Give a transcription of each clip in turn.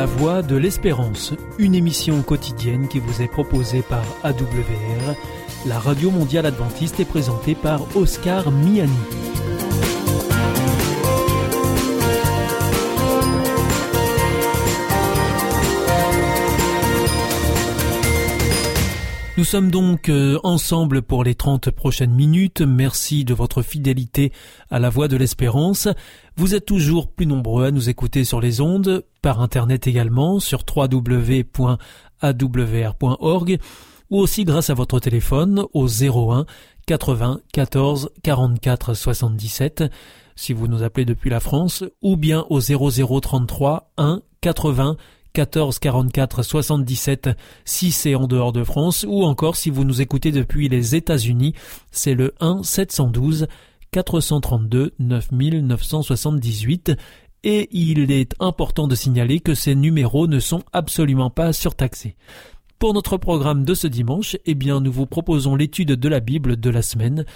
La Voix de l'Espérance, une émission quotidienne qui vous est proposée par AWR, la radio mondiale adventiste, est présentée par Oscar Miani. Nous sommes donc ensemble pour les 30 prochaines minutes. Merci de votre fidélité à la Voix de l'Espérance. Vous êtes toujours plus nombreux à nous écouter sur les ondes, par Internet également, sur www.awr.org, ou aussi grâce à votre téléphone au 01 80 14 44 77, si vous nous appelez depuis la France, ou bien au 0033 1 80 14 44 77 si c'est en dehors de France, ou encore si vous nous écoutez depuis les États-Unis, c'est le 1 712 432 9978. Et il est important de signaler que ces numéros ne sont absolument pas surtaxés. Pour notre programme de ce dimanche, nous vous proposons l'étude de la Bible de la semaine.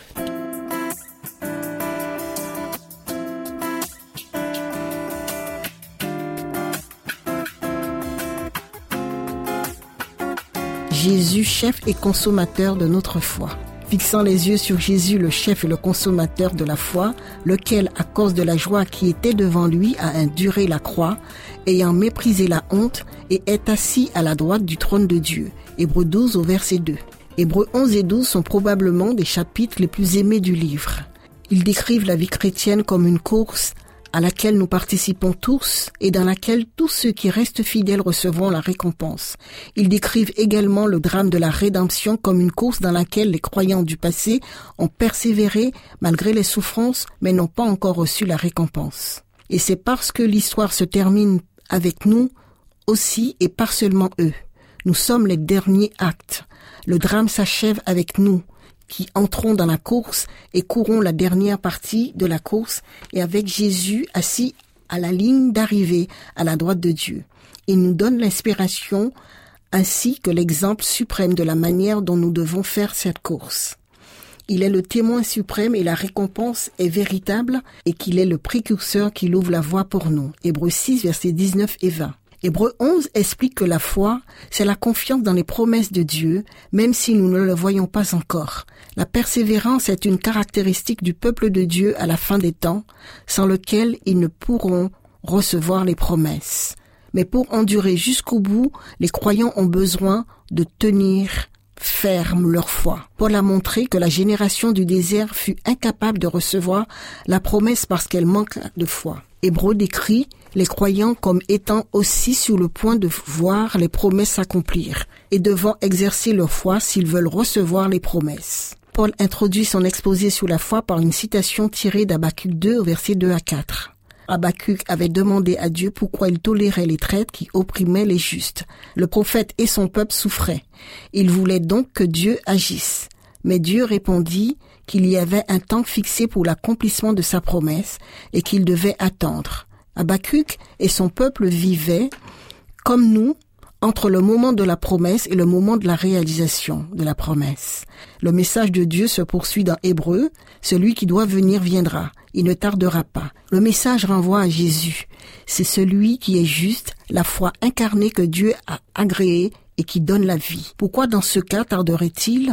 Jésus, chef et consommateur de notre foi. Fixant les yeux sur Jésus, le chef et le consommateur de la foi, lequel, à cause de la joie qui était devant lui, a enduré la croix, ayant méprisé la honte, et est assis à la droite du trône de Dieu. Hébreux 12 au verset 2. Hébreux 11 et 12 sont probablement des chapitres les plus aimés du livre. Ils décrivent la vie chrétienne comme une course à laquelle nous participons tous et dans laquelle tous ceux qui restent fidèles recevront la récompense. Ils décrivent également le drame de la rédemption comme une course dans laquelle les croyants du passé ont persévéré malgré les souffrances, mais n'ont pas encore reçu la récompense. Et c'est parce que l'histoire se termine avec nous aussi et pas seulement eux. Nous sommes les derniers actes. Le drame s'achève avec nous, qui entrons dans la course et courons la dernière partie de la course, et avec Jésus assis à la ligne d'arrivée à la droite de Dieu. Il nous donne l'inspiration ainsi que l'exemple suprême de la manière dont nous devons faire cette course. Il est le témoin suprême et la récompense est véritable, et qu'il est le précurseur qui ouvre la voie pour nous. Hébreux 6, versets 19 et 20. Hébreux 11 explique que la foi, c'est la confiance dans les promesses de Dieu, même si nous ne le voyons pas encore. La persévérance est une caractéristique du peuple de Dieu à la fin des temps, sans lequel ils ne pourront recevoir les promesses. Mais pour endurer jusqu'au bout, les croyants ont besoin de tenir ferme leur foi. Paul a montré que la génération du désert fut incapable de recevoir la promesse parce qu'elle manque de foi. Hébreux décrit les croyants comme étant aussi sur le point de voir les promesses s'accomplir et devant exercer leur foi s'ils veulent recevoir les promesses. Paul introduit son exposé sur la foi par une citation tirée d'Habacuc 2 au verset 2 à 4. Habacuc avait demandé à Dieu pourquoi il tolérait les traîtres qui opprimaient les justes. Le prophète et son peuple souffraient. Il voulait donc que Dieu agisse. Mais Dieu répondit qu'il y avait un temps fixé pour l'accomplissement de sa promesse et qu'il devait attendre. Habacuc et son peuple vivaient, comme nous, entre le moment de la promesse et le moment de la réalisation de la promesse. Le message de Dieu se poursuit dans Hébreux, celui qui doit venir viendra, il ne tardera pas. Le message renvoie à Jésus, c'est celui qui est juste, la foi incarnée que Dieu a agréée et qui donne la vie. Pourquoi dans ce cas tarderait-il ?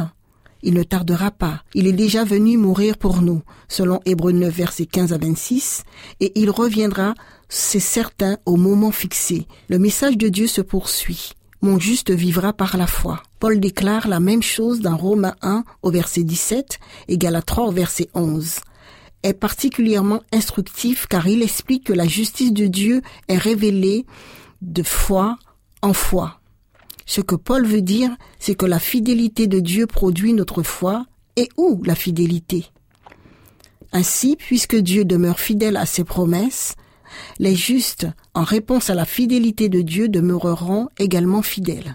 Il ne tardera pas. Il est déjà venu mourir pour nous, selon Hébreux 9, versets 15 à 26, et il reviendra, c'est certain, au moment fixé. Le message de Dieu se poursuit. Mon juste vivra par la foi. Paul déclare la même chose dans Romains 1 au verset 17 et Galates 3 au verset 11. Est particulièrement instructif car il explique que la justice de Dieu est révélée de foi en foi. Ce que Paul veut dire, c'est que la fidélité de Dieu produit notre foi. Et où la fidélité ? Ainsi, puisque Dieu demeure fidèle à ses promesses, les justes, en réponse à la fidélité de Dieu, demeureront également fidèles.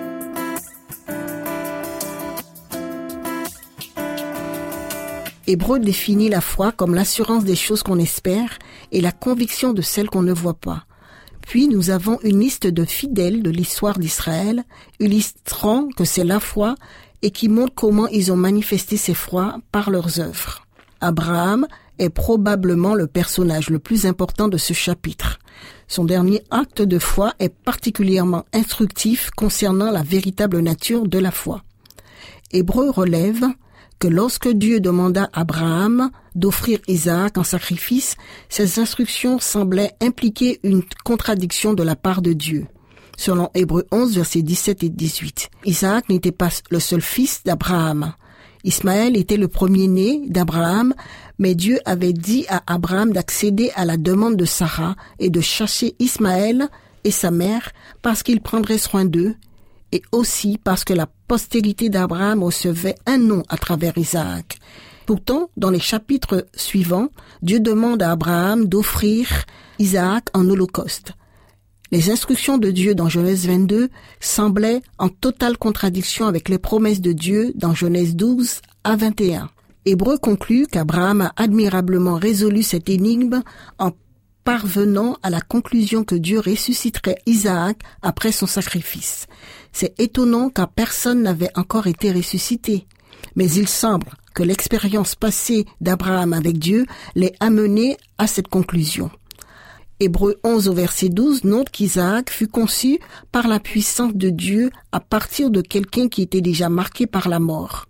Hébreux définit la foi comme l'assurance des choses qu'on espère et la conviction de celles qu'on ne voit pas. Puis nous avons une liste de fidèles de l'histoire d'Israël, illustrant que c'est la foi et qui montre comment ils ont manifesté ces foi par leurs œuvres. Abraham est probablement le personnage le plus important de ce chapitre. Son dernier acte de foi est particulièrement instructif concernant la véritable nature de la foi. Hébreux relève que lorsque Dieu demanda à Abraham d'offrir Isaac en sacrifice, ces instructions semblaient impliquer une contradiction de la part de Dieu. Selon Hébreux 11, versets 17 et 18, Isaac n'était pas le seul fils d'Abraham. Ismaël était le premier-né d'Abraham, mais Dieu avait dit à Abraham d'accéder à la demande de Sarah et de chasser Ismaël et sa mère parce qu'il prendrait soin d'eux, et aussi parce que la postérité d'Abraham recevait un nom à travers Isaac. Pourtant, dans les chapitres suivants, Dieu demande à Abraham d'offrir Isaac en holocauste. Les instructions de Dieu dans Genèse 22 semblaient en totale contradiction avec les promesses de Dieu dans Genèse 12 à 21. Hébreux conclut qu'Abraham a admirablement résolu cette énigme en parvenant à la conclusion que Dieu ressusciterait Isaac après son sacrifice. C'est étonnant car personne n'avait encore été ressuscité. Mais il semble que l'expérience passée d'Abraham avec Dieu l'ait amené à cette conclusion. Hébreux 11 au verset 12 note qu'Isaac fut conçu par la puissance de Dieu à partir de quelqu'un qui était déjà marqué par la mort.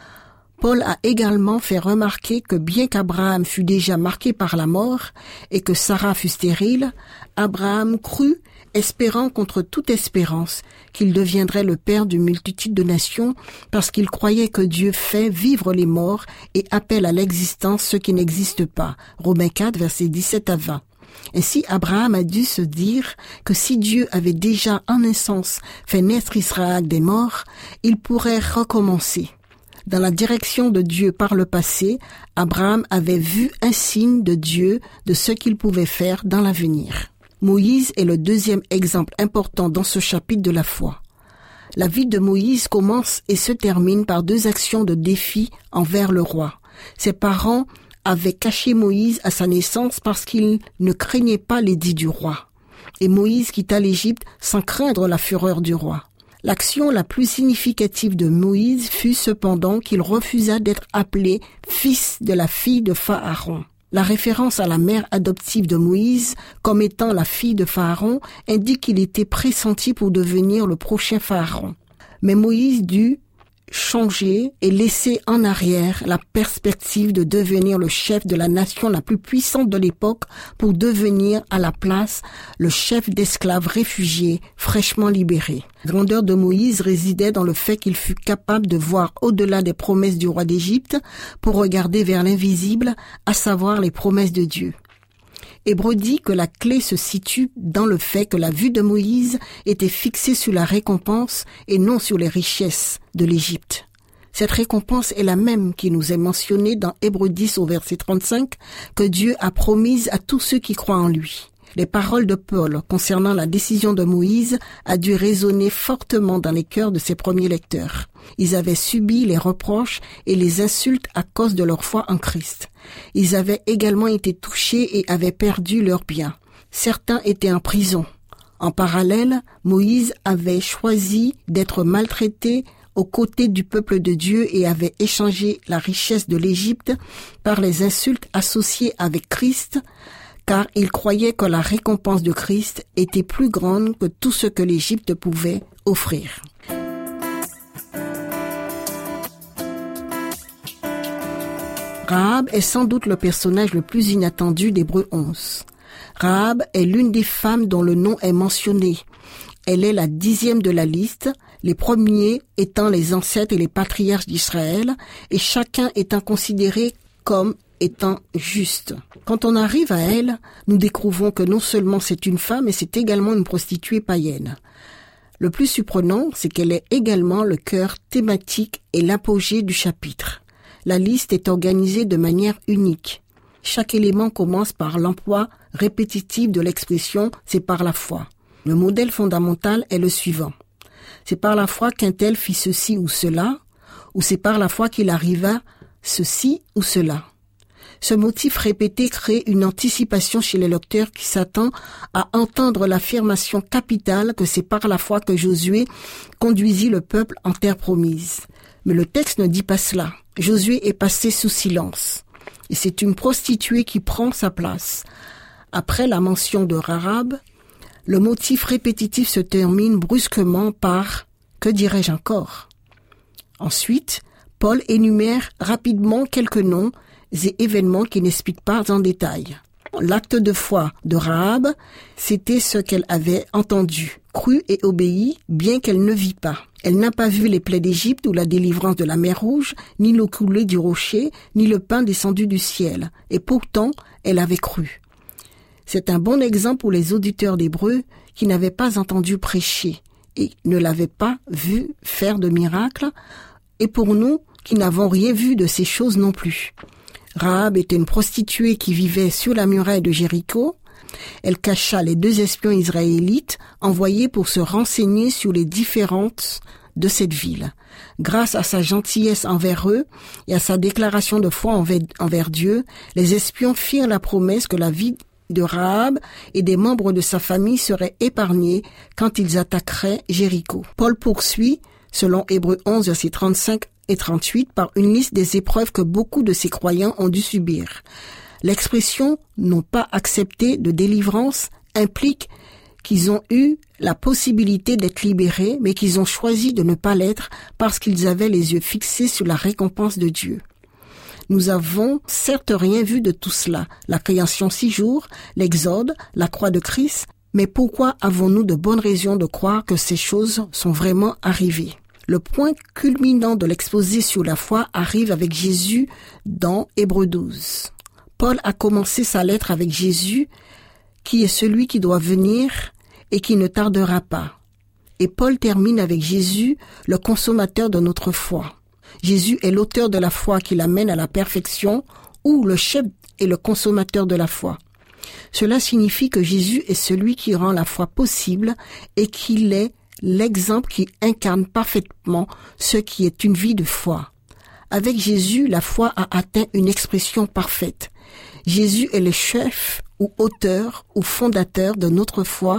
Paul a également fait remarquer que bien qu'Abraham fût déjà marqué par la mort et que Sarah fût stérile, Abraham crut, espérant contre toute espérance, qu'il deviendrait le père d'une multitude de nations parce qu'il croyait que Dieu fait vivre les morts et appelle à l'existence ceux qui n'existent pas. Romains 4, versets 17 à 20. Ainsi, Abraham a dû se dire que si Dieu avait déjà en naissance fait naître Israël des morts, il pourrait recommencer. Dans la direction de Dieu par le passé, Abraham avait vu un signe de Dieu de ce qu'il pouvait faire dans l'avenir. Moïse est le deuxième exemple important dans ce chapitre de la foi. La vie de Moïse commence et se termine par deux actions de défi envers le roi. Ses parents avaient caché Moïse à sa naissance parce qu'il ne craignait pas l'édit du roi. Et Moïse quitta l'Égypte sans craindre la fureur du roi. L'action la plus significative de Moïse fut cependant qu'il refusa d'être appelé fils de la fille de Pharaon. La référence à la mère adoptive de Moïse comme étant la fille de Pharaon indique qu'il était pressenti pour devenir le prochain Pharaon. Mais Moïse dut changer et laisser en arrière la perspective de devenir le chef de la nation la plus puissante de l'époque pour devenir à la place le chef d'esclaves réfugiés fraîchement libérés. La grandeur de Moïse résidait dans le fait qu'il fut capable de voir au-delà des promesses du roi d'Égypte pour regarder vers l'invisible, à savoir les promesses de Dieu. Hébreux dit que la clé se situe dans le fait que la vue de Moïse était fixée sur la récompense et non sur les richesses de l'Égypte. Cette récompense est la même qui nous est mentionnée dans Hébreux 10 au verset 35 que Dieu a promise à tous ceux qui croient en lui. Les paroles de Paul concernant la décision de Moïse a dû résonner fortement dans les cœurs de ses premiers lecteurs. Ils avaient subi les reproches et les insultes à cause de leur foi en Christ. Ils avaient également été touchés et avaient perdu leurs biens. Certains étaient en prison. En parallèle, Moïse avait choisi d'être maltraité aux côtés du peuple de Dieu et avait échangé la richesse de l'Égypte par les insultes associées avec Christ, car il croyait que la récompense de Christ était plus grande que tout ce que l'Égypte pouvait offrir. Rahab est sans doute le personnage le plus inattendu d'Hébreux 11. Rahab est l'une des femmes dont le nom est mentionné. Elle est la 10e de la liste, les premiers étant les ancêtres et les patriarches d'Israël, et chacun étant considéré comme étant juste. Quand on arrive à elle, nous découvrons que non seulement c'est une femme, mais c'est également une prostituée païenne. Le plus surprenant, c'est qu'elle est également le cœur thématique et l'apogée du chapitre. La liste est organisée de manière unique. Chaque élément commence par l'emploi répétitif de l'expression « c'est par la foi ». Le modèle fondamental est le suivant. C'est par la foi qu'un tel fit ceci ou cela, ou c'est par la foi qu'il arriva ceci ou cela. Ce motif répété crée une anticipation chez les lecteurs qui s'attend à entendre l'affirmation capitale que c'est par la foi que Josué conduisit le peuple en terre promise. Mais le texte ne dit pas cela. Josué est passé sous silence. Et c'est une prostituée qui prend sa place. Après la mention de Rahab, le motif répétitif se termine brusquement par « que dirais-je encore ?» Ensuite, Paul énumère rapidement quelques noms et événements qui n'expliquent pas en détail. L'acte de foi de Rahab, c'était ce qu'elle avait entendu, cru et obéi, bien qu'elle ne vit pas. Elle n'a pas vu les plaies d'Égypte ou la délivrance de la mer Rouge, ni l'eau coulée du rocher, ni le pain descendu du ciel. Et pourtant, elle avait cru. C'est un bon exemple pour les auditeurs d'Hébreux qui n'avaient pas entendu prêcher et ne l'avaient pas vu faire de miracles, et pour nous qui n'avons rien vu de ces choses non plus. Rahab était une prostituée qui vivait sur la muraille de Jéricho. Elle cacha les 2 espions israélites envoyés pour se renseigner sur les différences de cette ville. Grâce à sa gentillesse envers eux et à sa déclaration de foi envers Dieu, les espions firent la promesse que la vie de Rahab et des membres de sa famille seraient épargnés quand ils attaqueraient Jéricho. Paul poursuit, selon Hébreux 11, versets 35 et 38, par une liste des épreuves que beaucoup de ces croyants ont dû subir. L'expression « n'ont pas accepté de délivrance » implique qu'ils ont eu la possibilité d'être libérés, mais qu'ils ont choisi de ne pas l'être parce qu'ils avaient les yeux fixés sur la récompense de Dieu. Nous avons certes rien vu de tout cela, la création 6 jours, l'Exode, la croix de Christ, mais pourquoi avons-nous de bonnes raisons de croire que ces choses sont vraiment arrivées? Le point culminant de l'exposé sur la foi arrive avec Jésus dans Hébreux 12. Paul a commencé sa lettre avec Jésus, qui est celui qui doit venir et qui ne tardera pas. Et Paul termine avec Jésus, le consommateur de notre foi. Jésus est l'auteur de la foi qui l'amène à la perfection, ou le chef est le consommateur de la foi. Cela signifie que Jésus est celui qui rend la foi possible et qu'il est l'exemple qui incarne parfaitement ce qui est une vie de foi. Avec Jésus, la foi a atteint une expression parfaite. Jésus est le chef ou auteur ou fondateur de notre foi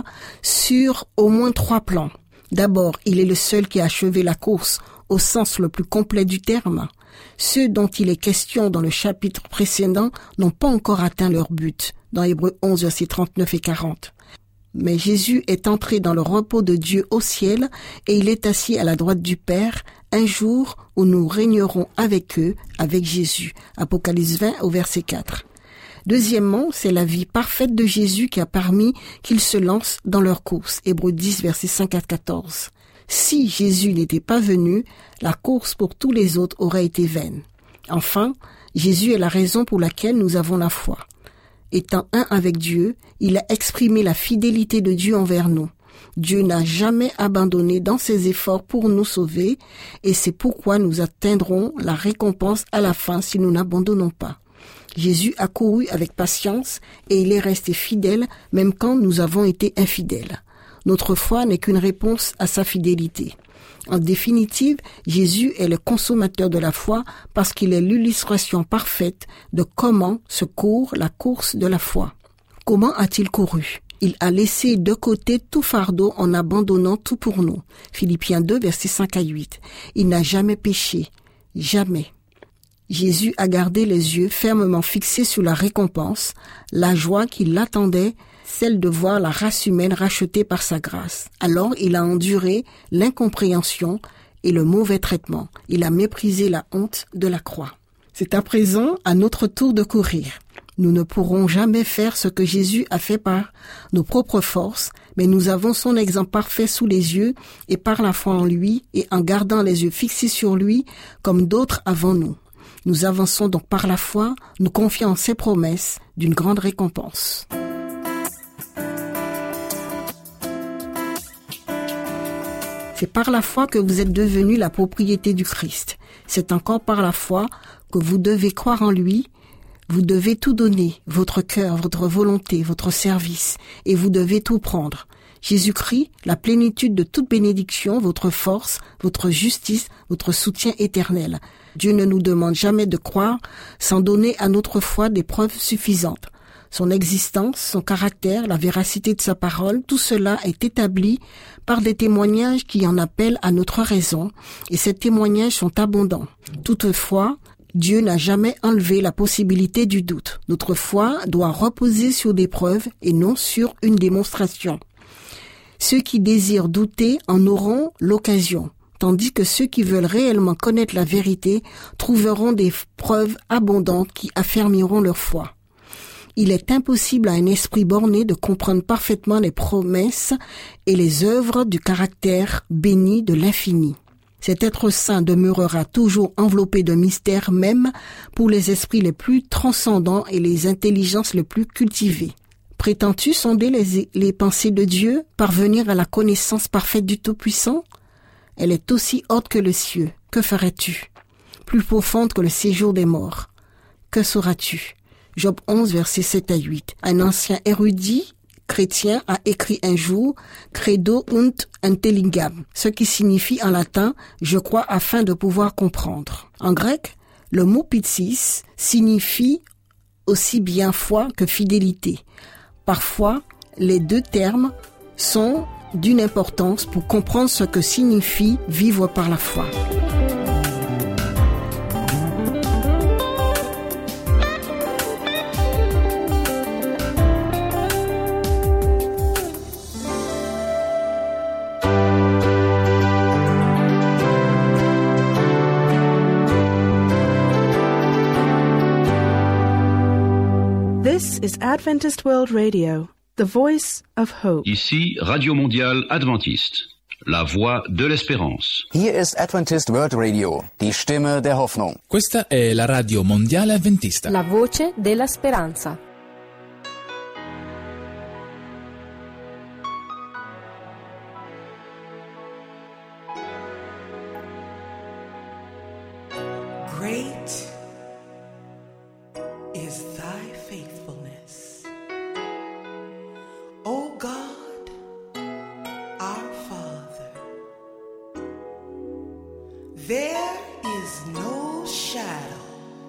sur au moins 3 plans. D'abord, il est le seul qui a achevé la course au sens le plus complet du terme. Ceux dont il est question dans le chapitre précédent n'ont pas encore atteint leur but, dans Hébreux 11, versets 39 et 40. Mais Jésus est entré dans le repos de Dieu au ciel et il est assis à la droite du Père, un jour où nous régnerons avec eux, avec Jésus. Apocalypse 20 au verset 4. Deuxièmement, c'est la vie parfaite de Jésus qui a permis qu'ils se lancent dans leur course. Hébreux 10, versets 5 à 14. Si Jésus n'était pas venu, la course pour tous les autres aurait été vaine. Enfin, Jésus est la raison pour laquelle nous avons la foi. Étant un avec Dieu, il a exprimé la fidélité de Dieu envers nous. Dieu n'a jamais abandonné dans ses efforts pour nous sauver et c'est pourquoi nous atteindrons la récompense à la fin si nous n'abandonnons pas. Jésus a couru avec patience et il est resté fidèle même quand nous avons été infidèles. Notre foi n'est qu'une réponse à sa fidélité. En définitive, Jésus est le consommateur de la foi parce qu'il est l'illustration parfaite de comment se court la course de la foi. Comment a-t-il couru? Il a laissé de côté tout fardeau en abandonnant tout pour nous. Philippiens 2, versets 5 à 8. Il n'a jamais péché. Jamais. Jésus a gardé les yeux fermement fixés sur la récompense, la joie qui l'attendait, celle de voir la race humaine rachetée par sa grâce. Alors il a enduré l'incompréhension et le mauvais traitement. Il a méprisé la honte de la croix. C'est à présent à notre tour de courir. Nous ne pourrons jamais faire ce que Jésus a fait par nos propres forces, mais nous avons son exemple parfait sous les yeux et par la foi en lui et en gardant les yeux fixés sur lui comme d'autres avant nous. Nous avançons donc par la foi, nous confiant en ses promesses d'une grande récompense. C'est par la foi que vous êtes devenus la propriété du Christ. C'est encore par la foi que vous devez croire en lui. Vous devez tout donner, votre cœur, votre volonté, votre service, et vous devez tout prendre. Jésus-Christ, la plénitude de toute bénédiction, votre force, votre justice, votre soutien éternel. Dieu ne nous demande jamais de croire sans donner à notre foi des preuves suffisantes. Son existence, son caractère, la véracité de sa parole, tout cela est établi par des témoignages qui en appellent à notre raison, et ces témoignages sont abondants. Toutefois, Dieu n'a jamais enlevé la possibilité du doute. Notre foi doit reposer sur des preuves et non sur une démonstration. Ceux qui désirent douter en auront l'occasion, tandis que ceux qui veulent réellement connaître la vérité trouveront des preuves abondantes qui affermiront leur foi. Il est impossible à un esprit borné de comprendre parfaitement les promesses et les œuvres du caractère béni de l'infini. Cet être saint demeurera toujours enveloppé de mystères même pour les esprits les plus transcendants et les intelligences les plus cultivées. Prétends-tu sonder les pensées de Dieu, parvenir à la connaissance parfaite du Tout-Puissant? Elle est aussi haute que le ciel. Que ferais-tu? Plus profonde que le séjour des morts. Que sauras-tu? Job 11, versets 7 à 8. Un ancien érudit chrétien a écrit un jour « Credo und intelligam », ce qui signifie en latin « je crois afin de pouvoir comprendre ». En grec, le mot « pistis » signifie aussi bien foi que fidélité. Parfois, les deux termes sont d'une importance pour comprendre ce que signifie vivre par la foi. This is Adventist World Radio, the voice of hope. Ici, Radio Mondiale Adventiste, la voix de l'espérance. Hier ist Adventist World Radio, die Stimme der Hoffnung. Questa è la Radio Mondiale Adventista. La voce della speranza. Great is thy faithfulness, O God, our Father. There is no shadow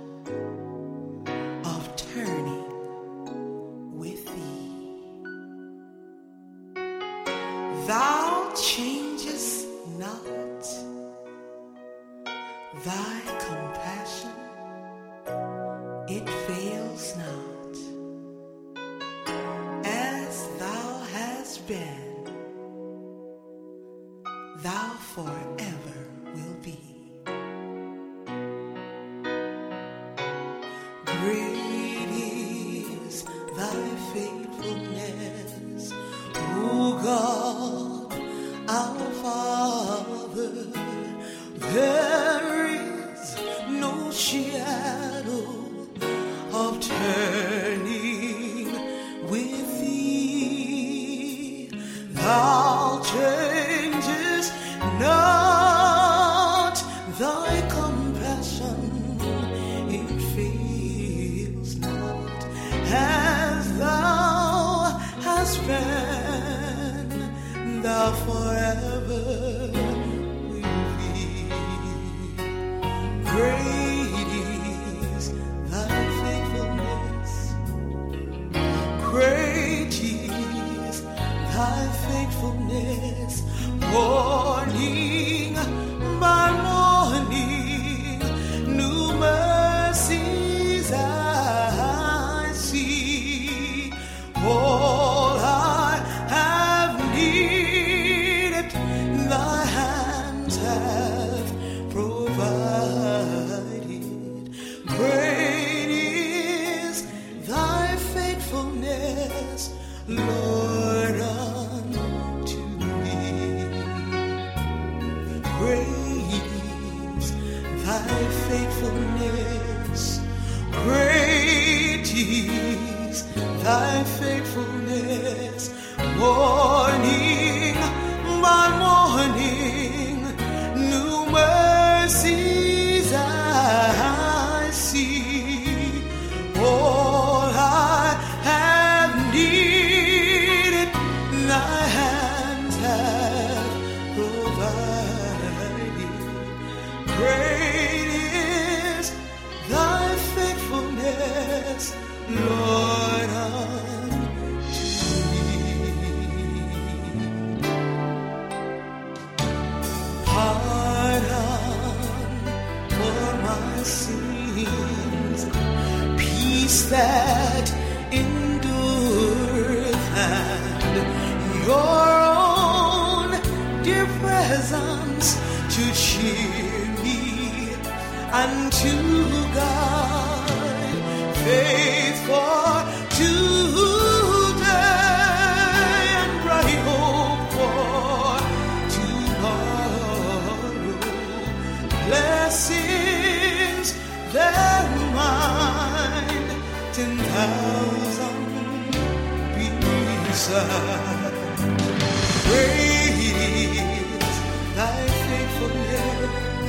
of turning with thee. Thou changest not, thy compassion, it fails not. As thou hast been, thou forever will be. Great is thy faithfulness, O God, our Father. There is no shadow of turning with thee. Thou changest not, thy compassion, it fails not. As thou hast been, thou forever will be. Great is thy faithfulness. Great is thy faithfulness. Morning by morning, new mercies I see. All I have needed, thy hands have provided. Great is thy faithfulness, Lord, unto me. Great is thy faithfulness. Great is thy faithfulness. Morning by morning, new mercies I see. All I have needed, thy hands have provided. Great is thy faithfulness, Lord, unto me. Pardon for my sin, peace that endureth, and your own dear presence to cheer me, and to guide faithful today, and bright hope for tomorrow. Blessings that mine 10,000 beside. Great is thy faithfulness.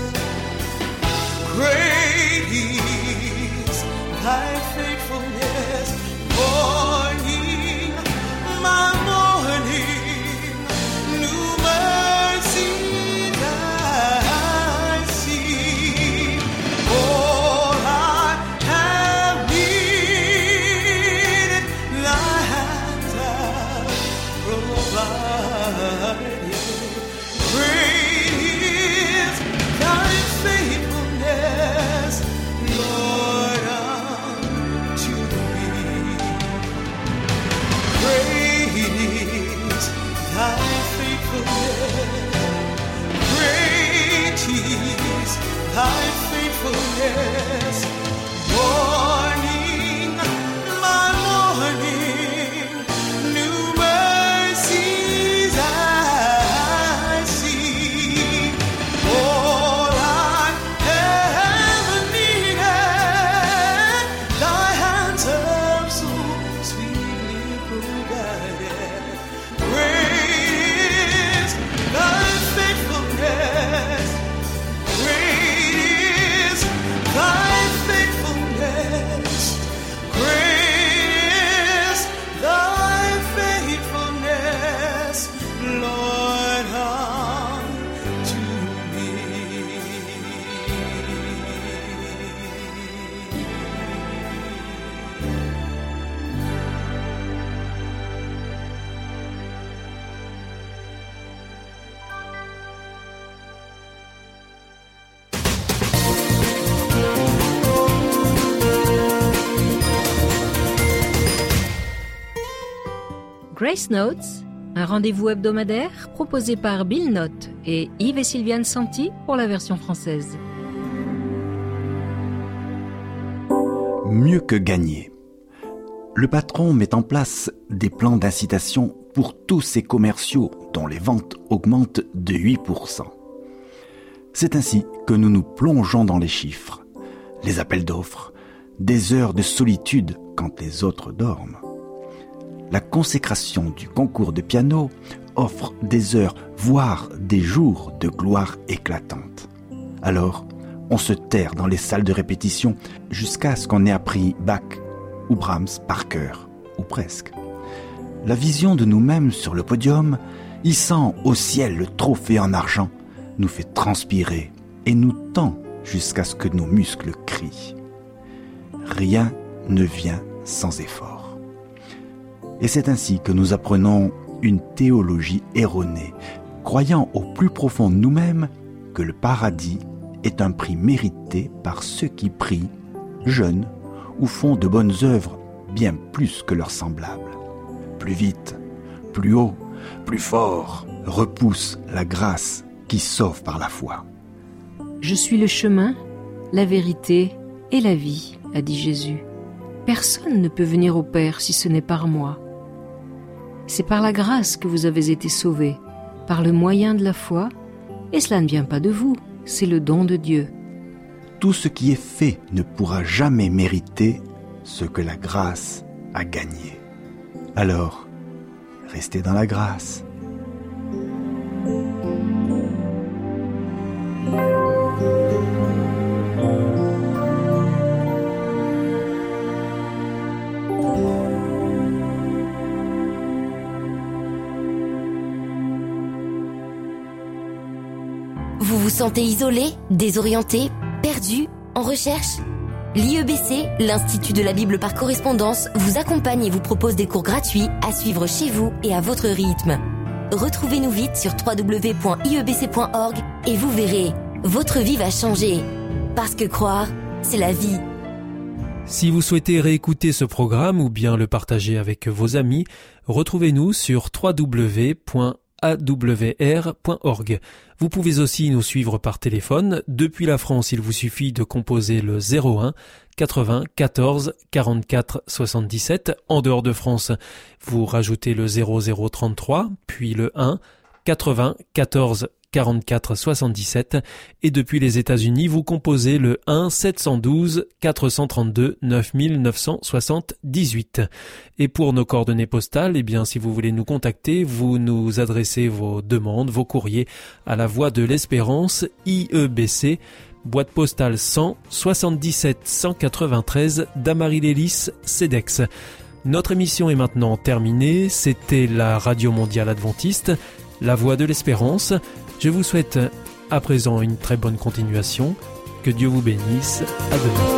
Great is thy faithfulness. Morning, my morning, new mercies I see. All I have needed, thy hands have provided. Great is thy faithfulness, Lord, unto me. Great is thy faithfulness. Great is thy faithfulness. Morning, my morning, new mercies I see. All I ever needed, thy hands have so sweetly provided. Great is thy faithfulness. Great is thy faithfulness. Great is thy faithfulness, Lord, unto me. Grace Notes, un rendez-vous hebdomadaire proposé par Bill Note et Yves et Sylviane Santi pour la version française. Mieux que gagner. Le patron met en place des plans d'incitation pour tous ses commerciaux dont les ventes augmentent de 8%. C'est ainsi que nous nous plongeons dans les chiffres, les appels d'offres, des heures de solitude quand les autres dorment. La consécration du concours de piano offre des heures, voire des jours de gloire éclatante. Alors, on se terre dans les salles de répétition jusqu'à ce qu'on ait appris Bach ou Brahms par cœur, ou presque. La vision de nous-mêmes sur le podium, hissant au ciel le trophée en argent, nous fait transpirer et nous tend jusqu'à ce que nos muscles crient. Rien ne vient sans effort. Et c'est ainsi que nous apprenons une théologie erronée, croyant au plus profond de nous-mêmes que le paradis est un prix mérité par ceux qui prient, jeûnent ou font de bonnes œuvres bien plus que leurs semblables. Plus vite, plus haut, plus fort, repousse la grâce qui sauve par la foi. Je suis le chemin, la vérité et la vie, a dit Jésus. Personne ne peut venir au Père si ce n'est par moi. C'est par la grâce que vous avez été sauvés, par le moyen de la foi, et cela ne vient pas de vous, c'est le don de Dieu. Tout ce qui est fait ne pourra jamais mériter ce que la grâce a gagné. Alors, restez dans la grâce. Vous vous sentez isolé, désorienté, perdu, en recherche ? L'IEBC, l'Institut de la Bible par correspondance, vous accompagne et vous propose des cours gratuits à suivre chez vous et à votre rythme. Retrouvez-nous vite sur www.iebc.org et vous verrez, votre vie va changer. Parce que croire, c'est la vie. Si vous souhaitez réécouter ce programme ou bien le partager avec vos amis, retrouvez-nous sur www.awr.org. Vous pouvez aussi nous suivre par téléphone. Depuis la France, il vous suffit de composer le 01 80 14 44 77. En dehors de France, vous rajoutez le 0033, puis le 1 80 14 44 77 et depuis les États-Unis, vous composez le 1 712 432 9978. Et pour nos coordonnées postales, eh bien, si vous voulez nous contacter, vous nous adressez vos demandes, vos courriers à la Voix de l'Espérance, IEBC, boîte postale 100 77 193 d'Amarie-Lélis, CEDEX. Notre émission est maintenant terminée. C'était la Radio Mondiale Adventiste, la Voix de l'Espérance. Je vous souhaite à présent une très bonne continuation. Que Dieu vous bénisse. À demain.